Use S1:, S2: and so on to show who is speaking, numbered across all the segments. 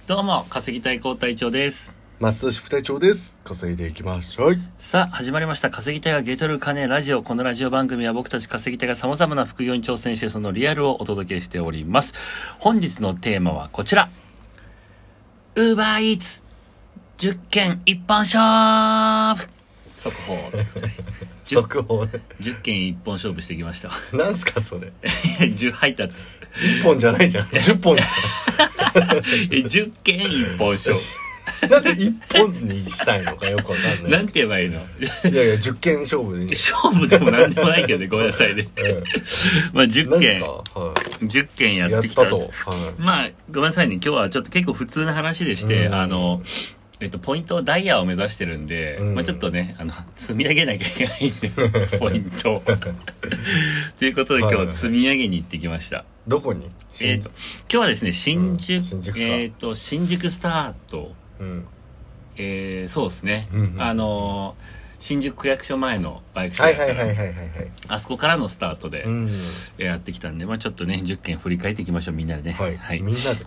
S1: どうも稼ぎたい高隊長です。
S2: 松戸支部隊長です。稼いでいきましょう。
S1: さあ始まりました稼ぎたいがゲトる金ラジオ。このラジオ番組は僕たち稼ぎたいが様々な副業に挑戦してそのリアルをお届けしております。本日のテーマはこちら。Uber Eats 10件一本勝負速報ということで
S2: 速報ね。
S1: 10件一本勝負してきました。
S2: なんすかそれ。
S1: 10配達
S2: 1本じゃないじゃん。10本
S1: 10件一本勝負
S2: なんで1本にしたいのかよくわかんない。
S1: なんて言えばいいの。
S2: いやいや10件勝負で
S1: 勝負でもなんでもないけどね。ごめんなさいね、まあ10件、
S2: はい、
S1: 10件やってきた
S2: やったと、はい、
S1: まあごめんなさいね。今日はちょっと結構普通な話でして、ポイントダイヤを目指してるんで、まあちょっとね積み上げなきゃいけないんでポイントをということで今日は積み上げに行ってきました。
S2: どこに？
S1: 今日はですね新宿、
S2: 新
S1: 宿スタート、そうですね、新宿区役所前のバイクショップあそこからのスタートでやってきたんで、まあちょっとね10件振り返っていきましょう、みんなでね。
S2: はい、はい、みんな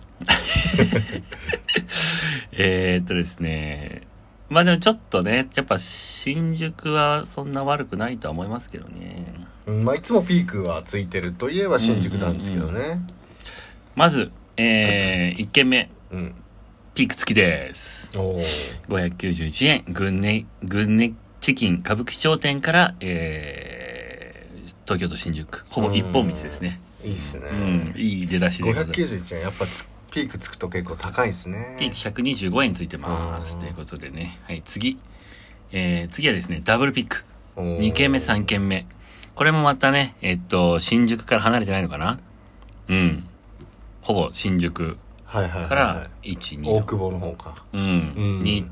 S1: でですね、まあでもちょっとねやっぱ新宿はそんな悪くないとは思いますけどね。
S2: まあいつもピークはついてるといえば新宿なんですけどね。
S1: まず、1件目、ピーク付きです。591円軍ネチキン歌舞伎町店から、東京都新宿ほぼ一本道ですね。
S2: いいっすね、
S1: いい出だしでございます。
S2: 591円やっぱピークつくと結構高いですね。
S1: ピーク125円ついてますということでね。はい、次はですねダブルピック2件目3件目、これもまたね新宿から離れてないのかな。ほぼ新宿から1、2
S2: 大久保の方か。
S1: に行って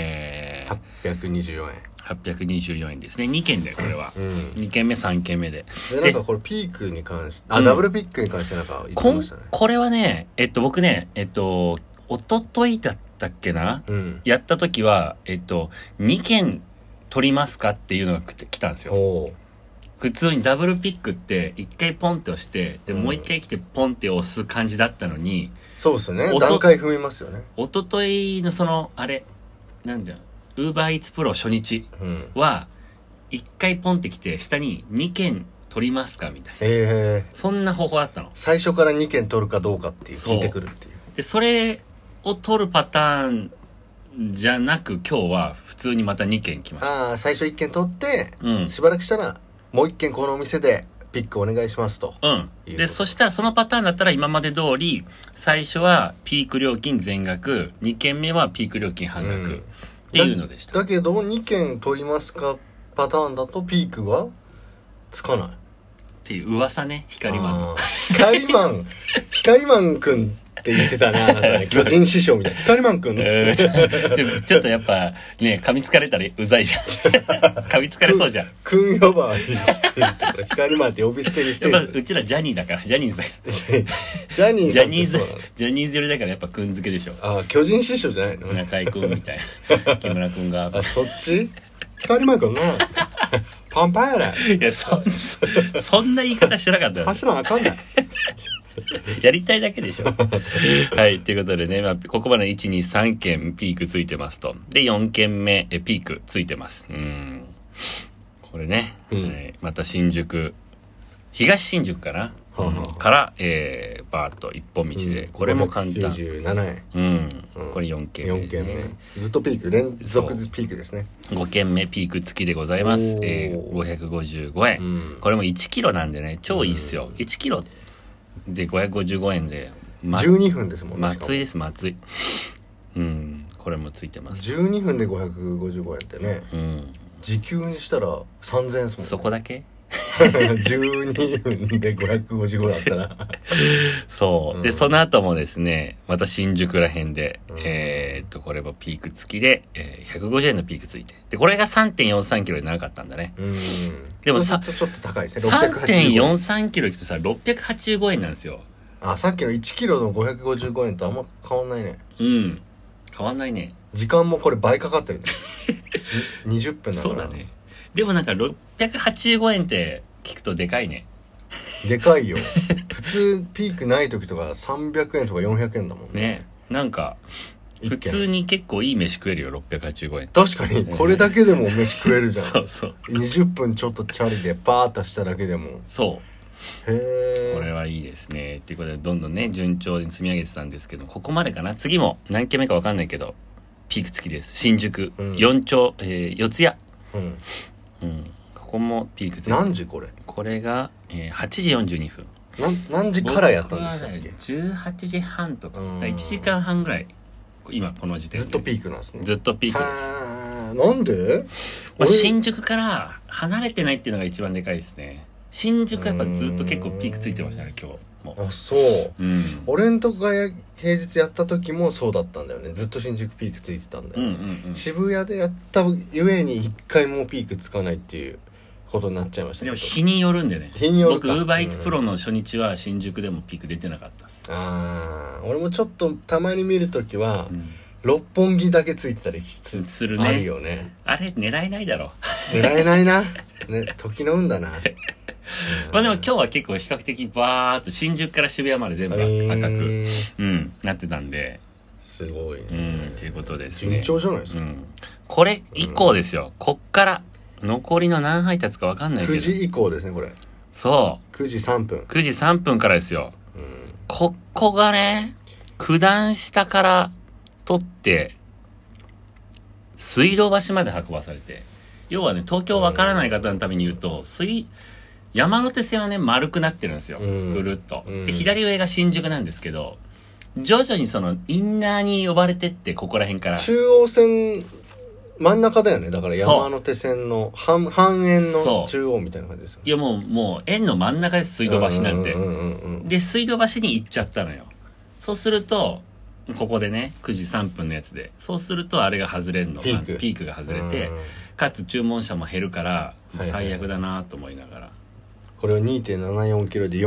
S1: 、824円ですね。2件でこれは、2件目3件目で。
S2: なんかこれピークに関してダブルピックに関してなんか言ってましたね。
S1: これはね僕ね一昨日だったっけな、やった時は2件取りますかっていうのが来たんですよ。普通にダブルピックって1回ポンって押してでもう1回来てポンって押す感じだったのに、
S2: そうですよね。段階踏みますよね。
S1: 一昨日のそのあれなんだよ、Uber Eats Pro初日は1回ポンって来て下に2件取りますかみたいな、そんな方法あったの。最
S2: 初から2件取るかどうかっていう聞いてくるっていう。
S1: でそれを取るパターンじゃなく今日は普通にまた2件来ました。
S2: 最初1件取って、しばらくしたらもう1件このお店でピックお願いしますと。
S1: でそしたらそのパターンだったら今まで通り最初はピーク料金全額、2件目はピーク料金半額っていうのでした。
S2: だけど2件取りますかパターンだとピークはつかない
S1: っていう噂ね。光マン
S2: 光マンくんって言ってたね、あなたね。巨人師匠みたいな。光マンくん
S1: ちょっとやっぱね噛みつかれたらうざいじゃん噛みつかれそうじゃん。
S2: くん呼ばわりしてるってから光マンって呼び捨てにしてる。
S1: やっぱうちらジャニーだからジャニーズ
S2: ジャニ
S1: ーズ寄りだからやっぱくん付けでしょ。
S2: 巨人師匠じゃないの。
S1: 中居くんみたいな木村くんが
S2: そっち光マンくんなパンパンやね。
S1: いやそんな言い方してなかったよ。
S2: 走らなあかんない
S1: やりたいだけでしょはい、ということでね、ここまで 1,2,3 件ピークついてますと。で4件目ピークついてます。これね、また新宿東新宿かな、から、バーッと一本道で、これも簡単。
S2: 97円。
S1: これ4件目、
S2: 4件目ずっとピーク連続ピークですね。
S1: 5件目ピーク付きでございます。555円、これも1キロなんでね超いいっすよ。1キロで555円で、
S2: 12分ですもんね。
S1: 松井です。松井これもついてます。
S2: 12分で555円ってね、時給にしたら3000円ですもんね。
S1: そこだけ
S2: 12分で555だったら
S1: そう、でその後もですねまた新宿ら辺で、これもピーク付きで、150円のピークついて、でこれが 3.43 キロで長かったんだね。
S2: でもちょっと高いですね。
S1: 3.43 キロ行くとさ685円なんですよ。
S2: さっきの1キロの555円とあんま変わんないね。
S1: 変わんないね。
S2: 時間もこれ倍かかってるね20分だから。
S1: そうだね。でもなんか685円って聞くとでかいね。
S2: でかいよ普通ピークない時とか300円とか400円だもんね。
S1: なんか普通に結構いい飯食えるよ685円。
S2: 確かにこれだけでも飯食えるじゃん
S1: そうそう
S2: 20分ちょっとチャリでバーッとしただけでも
S1: そう
S2: へえ
S1: これはいいですねっていうことでどんどんね順調に積み上げてたんですけどここまでかな。次も何軒目か分かんないけどピーク付きです。新宿、4丁、四谷、ここもピーク付き。
S2: 何時これ
S1: これが、8時42分。
S2: 何時からやったんでしたっけ。
S1: 18時半とか1時間半ぐらい今この時点で
S2: ずっとピークなんですね。
S1: ずっとピークです。
S2: なんで、
S1: 新宿から離れてないっていうのが一番でかいですね。新宿やっぱずっと結構ピークついてましたね今日も。
S2: あそう、俺んとこが平日やった時もそうだったんだよね。ずっと新宿ピークついてたんだよ、渋谷でやったゆえに一回もピークつかないっていうことになっちゃいましたけど。
S1: でも日によるんでね。
S2: 日によるか。
S1: 僕 UberEats Pro の初日は新宿でもピーク出てなかったです。
S2: 俺もちょっとたまに見るときは、六本木だけついてたりするね。あるよね。
S1: あれ狙えないだろ。
S2: 狙えないな、ね、時の運だな
S1: まあでも今日は結構比較的バーっと新宿から渋谷まで全部赤く、なってたんで。
S2: すごいね。
S1: ということですね。
S2: 順調じゃないですか。
S1: これ以降ですよ。こっから残りの何配達か分かんないけど
S2: 9時以降ですねこれ。
S1: そう
S2: 9時3分
S1: 9時3分からですよ、ここがね九段下から取って水道橋まで運ばされて、要はね東京分からない方のために言うと山手線はね丸くなってるんですよ、ぐるっと、で左上が新宿なんですけど徐々にそのインナーに呼ばれてってここら辺から
S2: 中央線真ん中だよね。だから山手線の半円の中央みたいな感じですよね。
S1: いやもう円の真ん中です水道橋なんて。で水道橋に行っちゃったのよ。そうするとここでね9時3分のやつでそうするとあれが外れるのピークが外れて、かつ注文者も減るから最悪だなと思いながら、
S2: これを 2.74 キロで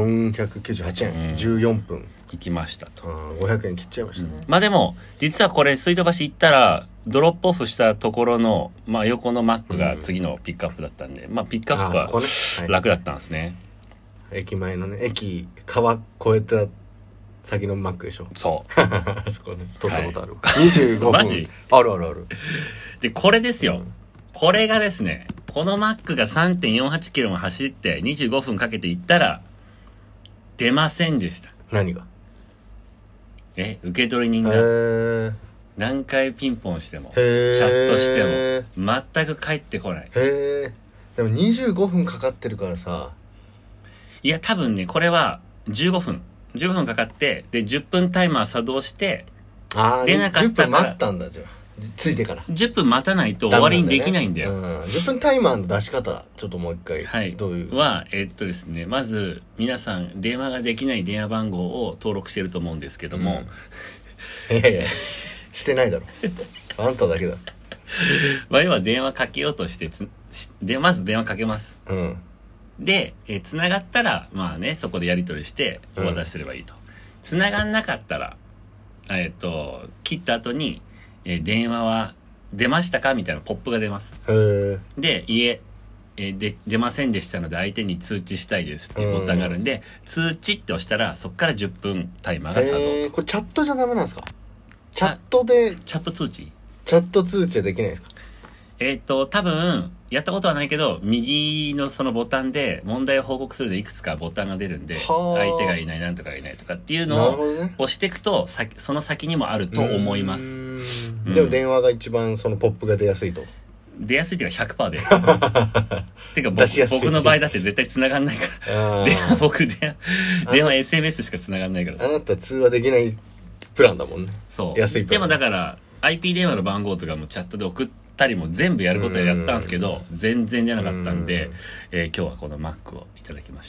S2: 498円、14分
S1: 行きましたと。
S2: 500円切っちゃいましたね。
S1: まあでも実はこれ水道橋行ったらドロップオフしたところの、横のマックが次のピックアップだったんで、ピックアップは楽だったんですね。
S2: 駅前のね、川越えた先のマックでしょ。
S1: そう
S2: あそこね、取ったことある、25分
S1: マジ
S2: ある。
S1: でこれですよ、これがですね、このマックが 3.48 キロも走って25分かけて行ったら出ませんでした。
S2: 何が？
S1: 受け取り人が何回ピンポンしてもチャットしても全く帰ってこない。
S2: でも25分かかってるからさ。
S1: いや多分ねこれは15分かかってで10分タイマー作動して出なかったから
S2: 10分待ったんだ。じゃあついてから
S1: 10分待たないと終わりにできないんだよ。
S2: 10分タイマーの出し方ちょっともう一回、
S1: はい、どういうはですね、まず皆さん電話ができない電話番号を登録してると思うんですけども、
S2: してないだろあんただけだ
S1: 要は電話かけようとしてまず電話かけます、で繋がったらそこでやり取りしてお渡しすればいいと、繋がんなかったら切った後に電話は出ましたかみたいなポップが出ます。で出ませんでしたので相手に通知したいですっていうボタンがあるんで通知って押したらそこから10分タイマーが作動。
S2: これチャットじゃダメなんですか？チャット通知はできないですか？
S1: 多分やったことはないけど右のそのボタンで問題を報告するでいくつかボタンが出るんで相手がいないなんとかがいないとかっていうのを押していくとその先にもあると思います。
S2: でも電話が一番そのポップが出やすいと。
S1: 出やすいっていうか 100% でてか僕の場合だって絶対繋がんないから電話 SMS しか繋がんないから。
S2: あなた通話できないプランだもんね。
S1: そう
S2: 安いプラン。
S1: でもだから IP 電話の番号とかもチャットで送ったりも全部やることはやったんですけど全然出なかったんで、今日はこのマックをいただきました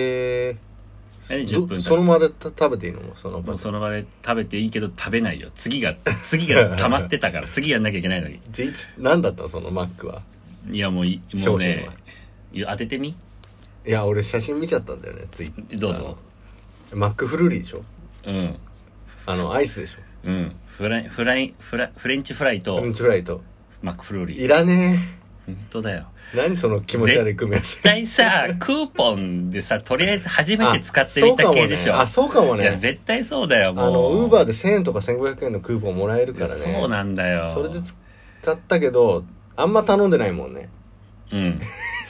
S1: 。10分
S2: その場で食べていいの？その
S1: 場で食べていいけど食べないよ。次が溜まってたから次やんなきゃいけないのに。
S2: じゃ何だったのそのマックは？
S1: いやもうね当ててみ。
S2: いや俺写真見ちゃったんだよね。
S1: どうぞ。
S2: マックフルーリーでしょ？アイスでしょ？
S1: フレンチフライと
S2: マックフルーリー
S1: いらねえ。 本当だよ。
S2: 何その気持ち悪い組み合わせ。
S1: 絶対さ、クーポンでさ、とりあえず初めて使ってみた系でしょ。
S2: そうかもね。
S1: いや、絶対そうだよ、も
S2: う。ウーバーで1000円とか1500円のクーポンもらえるからね。
S1: そうなんだよ。
S2: それで使ったけど、あんま頼んでないもんね。
S1: うん。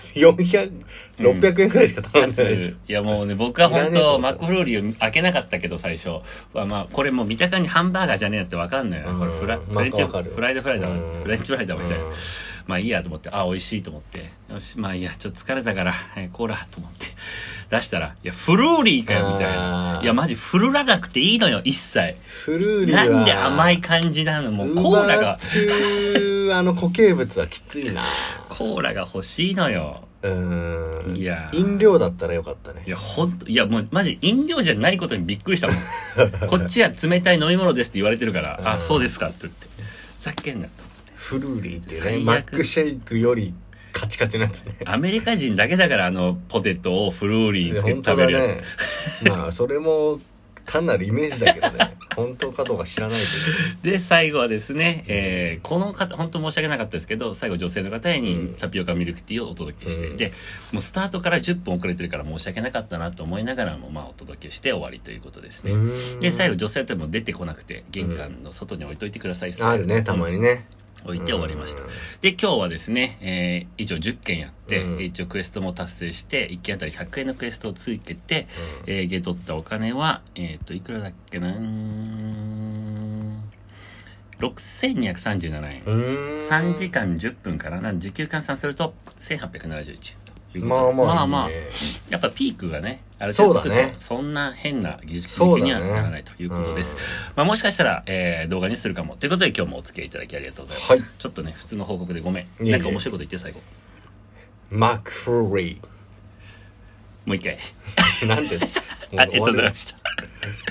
S2: 400、600円くらいしか頼んでないでしょ。
S1: いやもうね、僕は本当マックフルーリーを開けなかったけど最初は、まあこれもう見た感じハンバーガーじゃねえってわかんないよ。これフレンチフライドだフレンチフライだみたいな。まあいいやと思って、美味しいと思って、よし、まあいいや、ちょっと疲れたから、コーラと思って出したら、いや、フルーリーかよみたいな。いや、マジフルらなくていいのよ、一切。
S2: フルーリーは
S1: なんで甘い感じなの。もうコーラが。
S2: 固形物はきついな。
S1: コーラが欲しいのよ。いや
S2: 飲料だったらよかったね。
S1: いやいやもうマジ飲料じゃないことにびっくりしたもん。こっちは冷たい飲み物ですって言われてるから、あ、そうですかって言って、ざけんなと思って。
S2: フルーリーってね、マックシェイクよりカチカチなやつね。
S1: アメリカ人だけだからポテトをフルーリーにつけて食べるやつ。
S2: ね、まあそれも単なるイメージだけどね。本当かどうか知らないけど。
S1: で最後はですね、この方本当申し訳なかったですけど、最後女性の方にタピオカミルクティーをお届けして、でもうスタートから10分遅れてるから申し訳なかったなと思いながらも、まあお届けして終わりということですね。で最後女性とも出てこなくて、玄関の外に置いといてください。
S2: あるね、たまにね。
S1: 置いて終わりました。で今日はですね、以上10件やって、一応クエストも達成して、1件あたり100円のクエストをつけて、受け取ったお金は、いくらだっけな、6237円。3時間10分からな、時給換算すると1871円。まあやっぱピークがねある程度つくと そんな変な時給にはならないということです。まあもしかしたら、動画にするかもということで今日もお付き合いいただきありがとうございます。ちょっとね普通の報告でごめん。なんか面白いこと言って最後。
S2: マックフルーリー。
S1: もう一回。
S2: なんで？
S1: ありがとうございました。